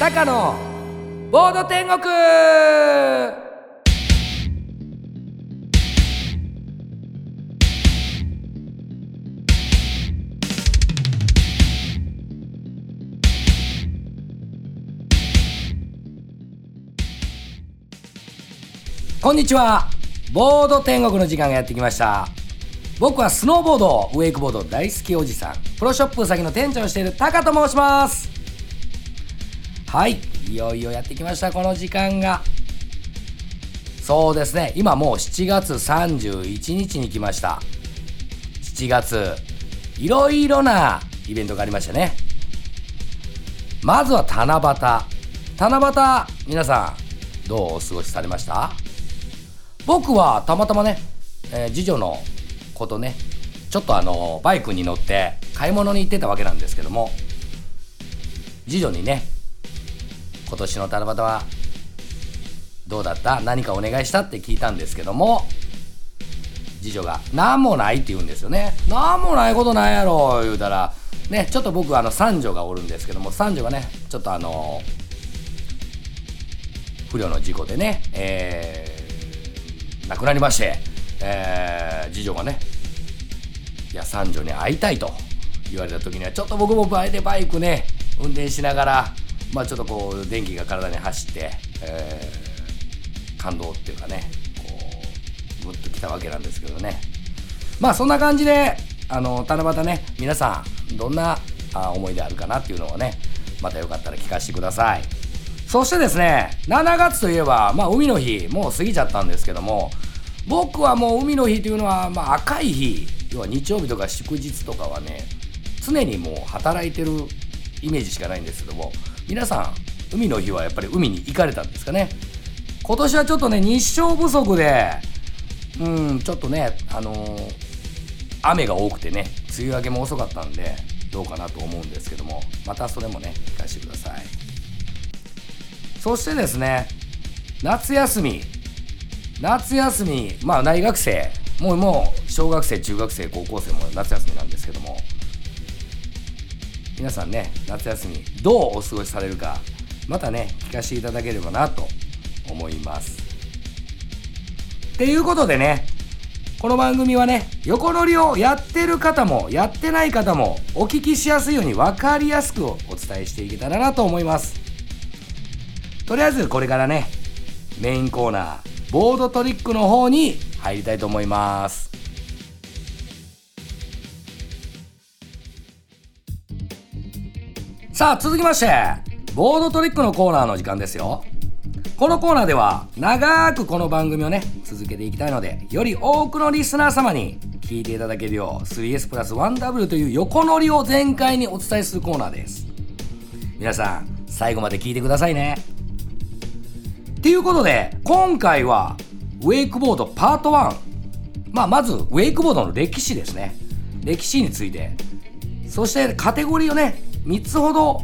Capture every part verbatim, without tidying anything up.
タカのボード天国。こんにちは。ボード天国の時間がやってきました。僕はスノーボード、ウェイクボード大好きおじさん、プロショップ先の店長をしているタカと申します。はい、いよいよやってきました、この時間が。そうですね、今もうしちがつさんじゅういちにちに来ました。しちがつ、いろいろなイベントがありましたね。まずは七夕。七夕、皆さんどうお過ごしされました？僕はたまたまね、えー、次女の子とね、ちょっとあのバイクに乗って買い物に行ってたわけなんですけども、次女にね、今年の七夕はどうだった？何かお願いしたって聞いたんですけども、次女がなんもないって言うんですよね。なんもないことないやろ言うたらね、ちょっと僕あの三女がおるんですけども、三女がねちょっとあの不慮の事故でね、えー亡くなりまして、えー、次女がね、いや三女に会いたいと言われた時には、ちょっと僕もバイでバイクね運転しながら、まあちょっとこう電気が体に走って、えー、感動っていうかね、こうグッときたわけなんですけどね。まあそんな感じで、あの七夕ね、皆さんどんなあ思い出あるかなっていうのをね、またよかったら聞かせてください。そしてですね、しちがつといえば、まあ海の日もう過ぎちゃったんですけども、僕はもう海の日というのは、まあ赤い日、要は日曜日とか祝日とかはね、常にもう働いてるイメージしかないんですけども、皆さん海の日はやっぱり海に行かれたんですかね。今年はちょっとね、日照不足で、うんちょっとね、あのー、雨が多くてね、梅雨明けも遅かったんでどうかなと思うんですけども、またそれもね聞かせてください。そしてですね、夏休み夏休み、まあ大学生、もうもう小学生、中学生、高校生も夏休みなんですけども、皆さんね、夏休みどうお過ごしされるか、またね聞かせていただければなと思います。っていうことでね、この番組はね、横乗りをやってる方もやってない方もお聞きしやすいように分かりやすくお伝えしていけたらなと思います。とりあえずこれからね、メインコーナーボードトリックの方に入りたいと思います。さあ続きまして、ボードトリックのコーナーの時間ですよ。このコーナーでは長くこの番組をね続けていきたいので、より多くのリスナー様に聞いていただけるよう スリーエス プラス ワンダブリュー という横乗りを全開にお伝えするコーナーです。皆さん最後まで聞いてくださいね。ということで、今回はウェイクボードパートワン、まあ、まずウェイクボードの歴史ですね。歴史について、そしてカテゴリーをねみっつほど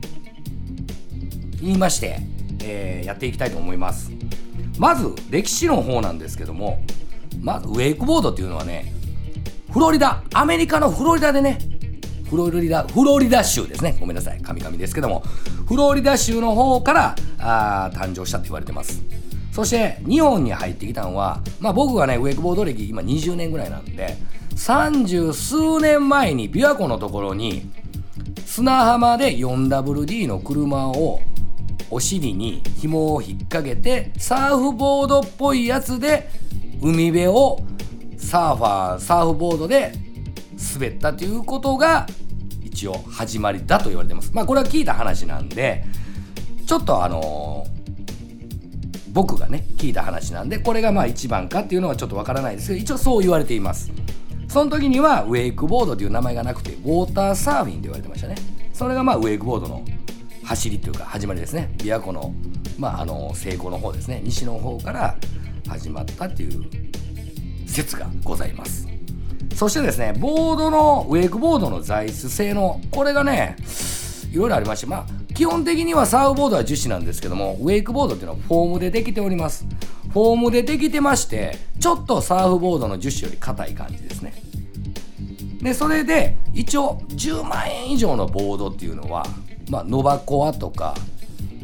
言いまして、えー、やっていきたいと思います。まず歴史の方なんですけども、まずウェイクボードっていうのはね、フロリダ、アメリカのフロリダでね、フロリダ、フロリダ州ですね。ごめんなさい、カミカミですけども、フロリダ州の方からあ誕生したと言われてます。そして日本に入ってきたのは、まあ僕がねウェイクボード歴今にじゅうねんぐらいなんで、さんじゅうすうねんまえに琵琶湖のところに砂浜で フォーダブリューディー の車をお尻に紐を引っ掛けて、サーフボードっぽいやつで海辺をサーファーサーフボードで滑ったということが一応始まりだと言われてます。まあこれは聞いた話なんで、ちょっとあのー、僕がね聞いた話なんで、これがまあ一番かっていうのはちょっとわからないですけど、一応そう言われています。その時にはウェイクボードという名前がなくて、ウォーターサーフィンと言われてましたね。それがまあウェイクボードの走りというか始まりですね。琵琶湖のまああの西湖の方ですね、西の方から始まったっていう説がございます。そしてですね、ボードのウェイクボードの材質性能、これがねいろいろありまして、まあ基本的にはサーフボードは樹脂なんですけども、ウェイクボードっていうのはフォームでできております。フォームでできてまして、ちょっとサーフボードの樹脂より硬い感じですね。でそれで一応じゅうまんえん以上のボードっていうのは、まあノバコアとか、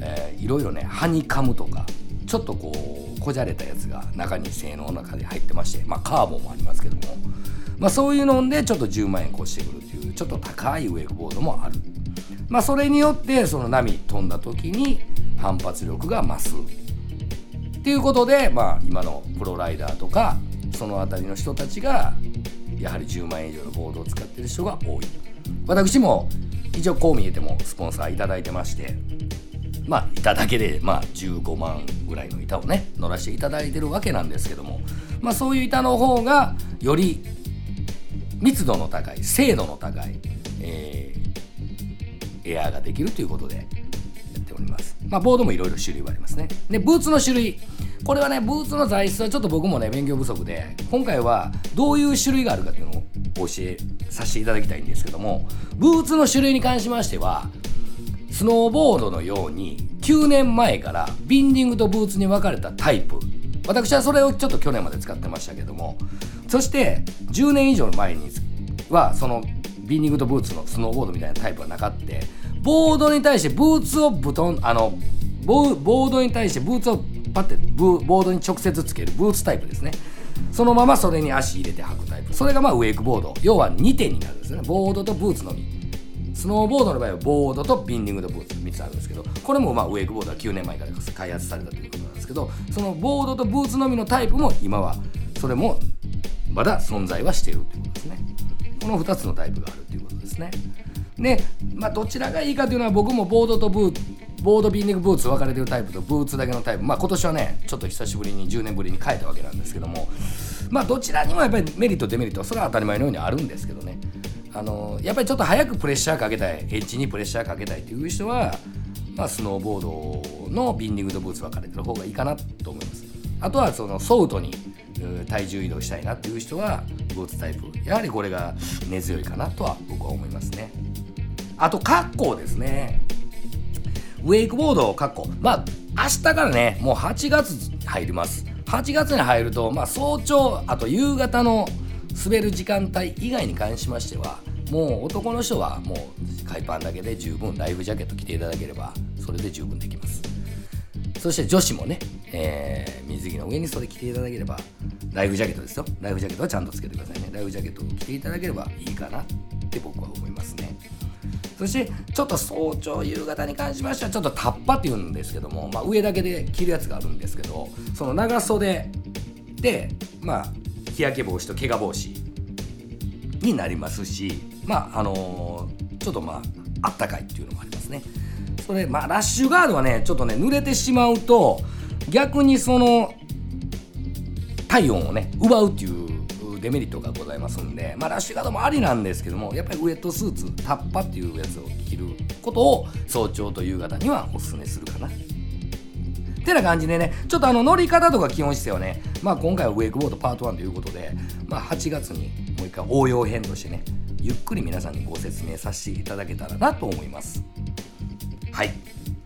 えー、いろいろねハニカムとかちょっとこうこじゃれたやつが中に性能の中で入ってまして、まあカーボンもありますけども、まあそういうのでちょっとじゅうまんえん越してくるっていうちょっと高いウェイクボードもある。まあそれによってその波飛んだ時に反発力が増すっていうことで、まあ今のプロライダーとかそのあたりの人たちがやはりじゅうまんえん以上のボードを使ってる人が多い。私も一応こう見えてもスポンサーいただいてまして、まあ板だけでまあじゅうごまんぐらいの板をね乗らせていただいてるわけなんですけども、まあそういう板の方がより密度の高い精度の高い、えー、エアーができるということでやっております。まあボードもいろいろ種類はありますね。でブーツの種類、これはねブーツの材質はちょっと僕もね勉強不足で、今回はどういう種類があるかっていうのをお教えさせていただきたいんですけども、ブーツの種類に関しましてはスノーボードのようにきゅうねんまえからビンディングとブーツに分かれたタイプ、私はそれをちょっと去年まで使ってましたけども、そしてじゅうねん以上前にはそのビンディングとブーツのスノーボードみたいなタイプはなかって、ボードに対してブーツをブトンあのボードに対してブーツをパッてボードに直接つけるブーツタイプですね。そのままそれに足入れて履くタイプ、それがまあウェイクボード、要はにてんになるんですね。ボードとブーツのみ。スノーボードの場合はボードとビンディングとブーツみっつあるんですけど、これもまあウェイクボードはきゅうねんまえから開発されたということなんですけど、そのボードとブーツのみのタイプも今はそれもまだ存在はしているということですね。このふたつのタイプがあるということですね。で、まあどちらがいいかというのは、僕もボードとブーツボードビンディングブーツ分かれてるタイプとブーツだけのタイプ、まあ今年はねちょっと久しぶりにじゅうねんぶりに変えたわけなんですけども、まあどちらにもやっぱりメリットデメリットはそれは当たり前のようにあるんですけどね、あのやっぱりちょっと早くプレッシャーかけたい、エッジにプレッシャーかけたいという人は、まあ、スノーボードのビンディングとブーツ分かれてる方がいいかなと思います。あとはそのソフトに体重移動したいなっていう人はブーツタイプ、やはりこれが根強いかなとは僕は思いますね。あと格好ですね。ウェイクボード格好、まあ明日からねもうはちがつ入ります。はちがつに入ると、まあ、早朝あと夕方の滑る時間帯以外に関しましては、もう男の人はもう海パンだけで十分ライフジャケット着ていただければそれで十分できます。そして女子もね、えー、水着の上にそれ着ていただければ、ライフジャケットですよ、ライフジャケットはちゃんとつけてくださいね。ライフジャケットを着ていただければいいかなって僕は思いますね。そしてちょっと早朝夕方に関しましてはちょっとタッパっていうんですけども、まあ、上だけで着るやつがあるんですけど、その長袖でまあ日焼け防止と怪我防止になりますし、まああのー、ちょっとまああったかいっていうのもありますね。それまあラッシュガードはねちょっとね濡れてしまうと逆にその体温をね奪うっていうデメリットがございますんで、まあラッシュガードもありなんですけども、やっぱりウェットスーツタッパっていうやつを着ることを早朝と夕方にはおすすめするかなってな感じでね、ちょっとあの乗り方とか基本姿勢はね、まあ今回はウェイクボードパートワンということで、まあはちがつにもう一回応用編としてねゆっくり皆さんにご説明させていただけたらなと思います。はい。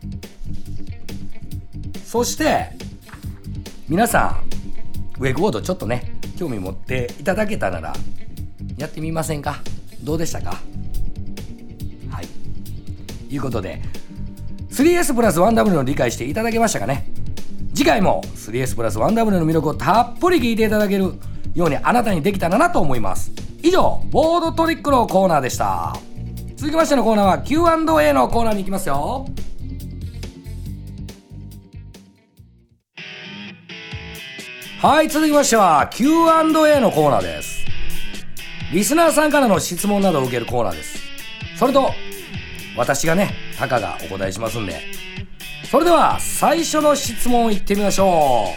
そして皆さんウェイクボードちょっとね興味持っていただけたならやってみませんか？どうでしたか？はい。ということで スリーエス プラス ワンダブリュー の理解していただけましたかね？次回も スリーエス プラス ワンダブリュー の魅力をたっぷり聞いていただけるようにあなたにできたらなと思います。以上ボードトリックのコーナーでした。続きましてのコーナーは キューアンドエー のコーナーに行きますよ。はい、続きましては キューアンドエー のコーナーです。リスナーさんからの質問などを受けるコーナーです。それと私がねタカがお答えしますんで、それでは最初の質問いってみましょ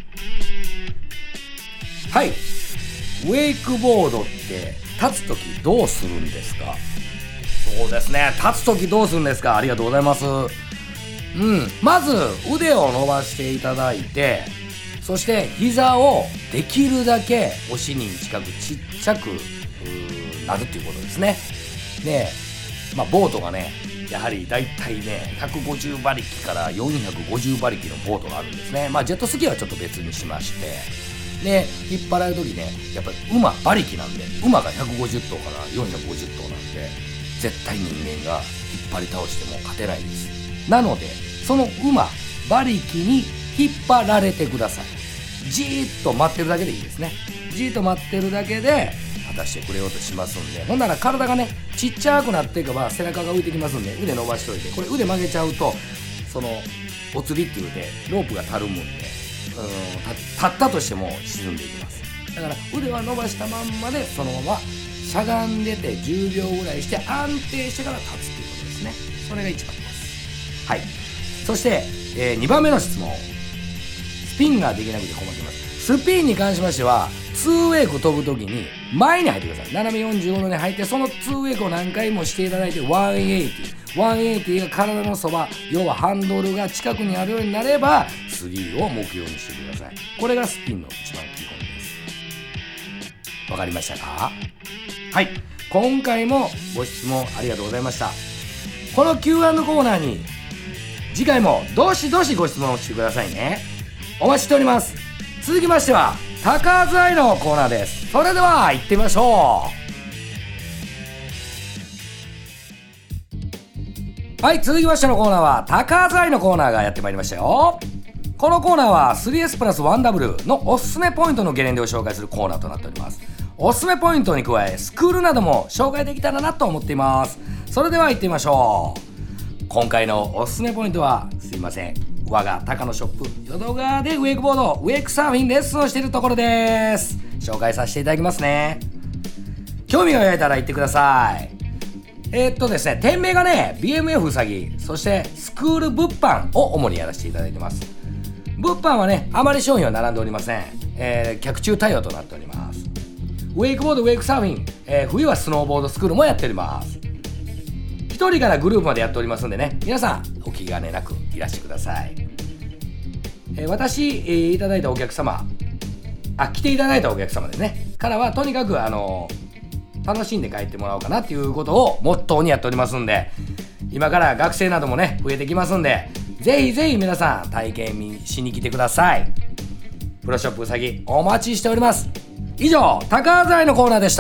う。はい、ウェイクボードって立つときどうするんですか？そうですね、立つときどうするんですか？ありがとうございます。うん、まず腕を伸ばしていただいて、そして膝をできるだけお尻に近くちっちゃくなるっていうことですね。で、まあボートがねやはりだいたいねひゃくごじゅうばりきからよんひゃくごじゅうばりきのボートがあるんですね。まあジェットスキーはちょっと別にしまして、で引っ張られる時ねやっぱり馬馬力なんで、馬がひゃくごじゅっとうからよんひゃくごじゅっとうなんで絶対人間が引っ張り倒しても勝てないです。なのでその馬馬力に引っ張られてください。じーっと待ってるだけでいいですね。じーっと待ってるだけで果たしてくれようとしますんで、ほんなら体がねちっちゃくなっていけば背中が浮いてきますんで、腕伸ばしといて、これ腕曲げちゃうとそのお釣りっていうてロープがたるむんで、うん、立ったとしても沈んでいきます。だから腕は伸ばしたまんまでそのまましゃがんでてじゅうびょうぐらいして安定してから立つっていうことですね。それが一番です。はい。そして、えー、にばんめの質問、スピンができなくて困っています。スピンに関しましてはツーウェイク飛ぶときに前に入ってください。斜めよんじゅうごどに入って、そのツーウェイクを何回もしていただいてひゃくはちじゅう ひゃくはちじゅうが体のそば、要はハンドルが近くにあるようになればスリーを目標にしてください。これがスピンの一番基本です。わかりましたか？はい、今回もご質問ありがとうございました。この キューアンド コーナーに次回もどしどしご質問をしてくださいね。お待ちしております。続きましては高津愛のコーナーです。それでは行ってみましょう。はい、続きましてのコーナーは高津愛のコーナーがやってまいりましたよ。このコーナーは スリーエス プラス ワンダブリュー のおすすめポイントのゲレンデを紹介するコーナーとなっております。おすすめポイントに加えスクールなども紹介できたらなと思っています。それでは行ってみましょう。今回のおすすめポイントは、すいません、我が高野ショップ淀川でウェイクボードウェイクサーフィンレッスンをしているところです。紹介させていただきますね。興味が湧いたら言ってください。えー、っとですね店名がね ビーエムエフ うさぎ、そしてスクール物販を主にやらせていただいてます。物販はねあまり商品は並んでおりません。えー、客中対応となっております。ウェイクボードウェイクサーフィン、えー、冬はスノーボードスクールもやっております。ひとりからグループまでやっておりますんでね、皆さんお気兼ねなくいらしてください。えー、私、えー、いただいたお客様、あ来ていただいたお客様ですねからはとにかくあのー、楽しんで帰ってもらおうかなっていうことをモットーにやっておりますんで、今から学生などもね増えてきますんで、ぜひぜひ皆さん体験しに来てください。プロショップうさぎお待ちしております。以上、高津愛のコーナーでした。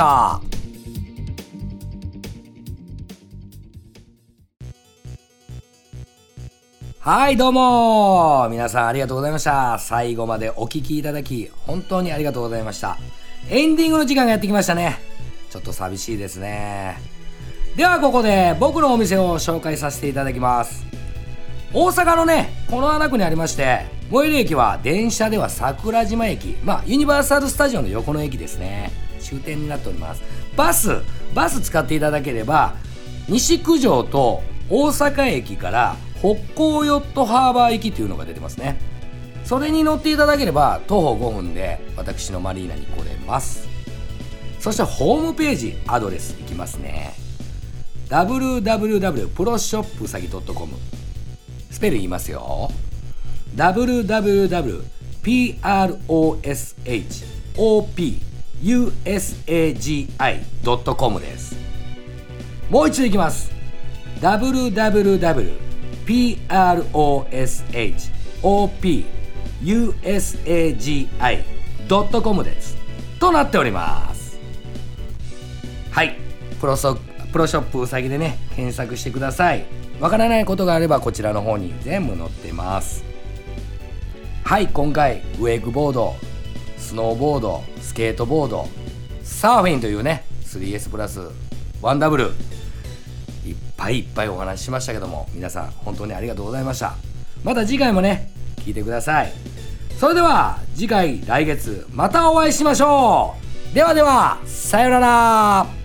はいどうも皆さんありがとうございました。最後までお聞きいただき本当にありがとうございました。エンディングの時間がやってきましたね。ちょっと寂しいですね。ではここで僕のお店を紹介させていただきます。大阪のね此花区にありまして、最寄り駅は電車では桜島駅、まあユニバーサルスタジオの横の駅ですね。終点になっております。バスバス使っていただければ西九条と大阪駅から北港ヨットハーバー行きというのが出てますね。それに乗っていただければ徒歩ごふんで私のマリーナに来れます。そしてホームページアドレスいきますね。 ダブリューダブリューダブリュー プロショップうさぎ .com、 スペル言いますよ。 ダブリューダブリューダブリュー プロショップ うさぎ .com です。もう一度いきます。 ダブリューダブリューダブリュー プロショップ うさぎ .com ですとなっております。はい、プロソプロショップうさぎでね検索してください。わからないことがあればこちらの方に全部載ってます。はい、今回ウェイクボード、スノーボード、スケートボード、サーフィンというね スリーエス プラス ワンダブリューいっぱいいっぱいお話ししましたけども、皆さん本当にありがとうございました。また次回もね聞いてください。それでは次回来月またお会いしましょう。ではではさよなら。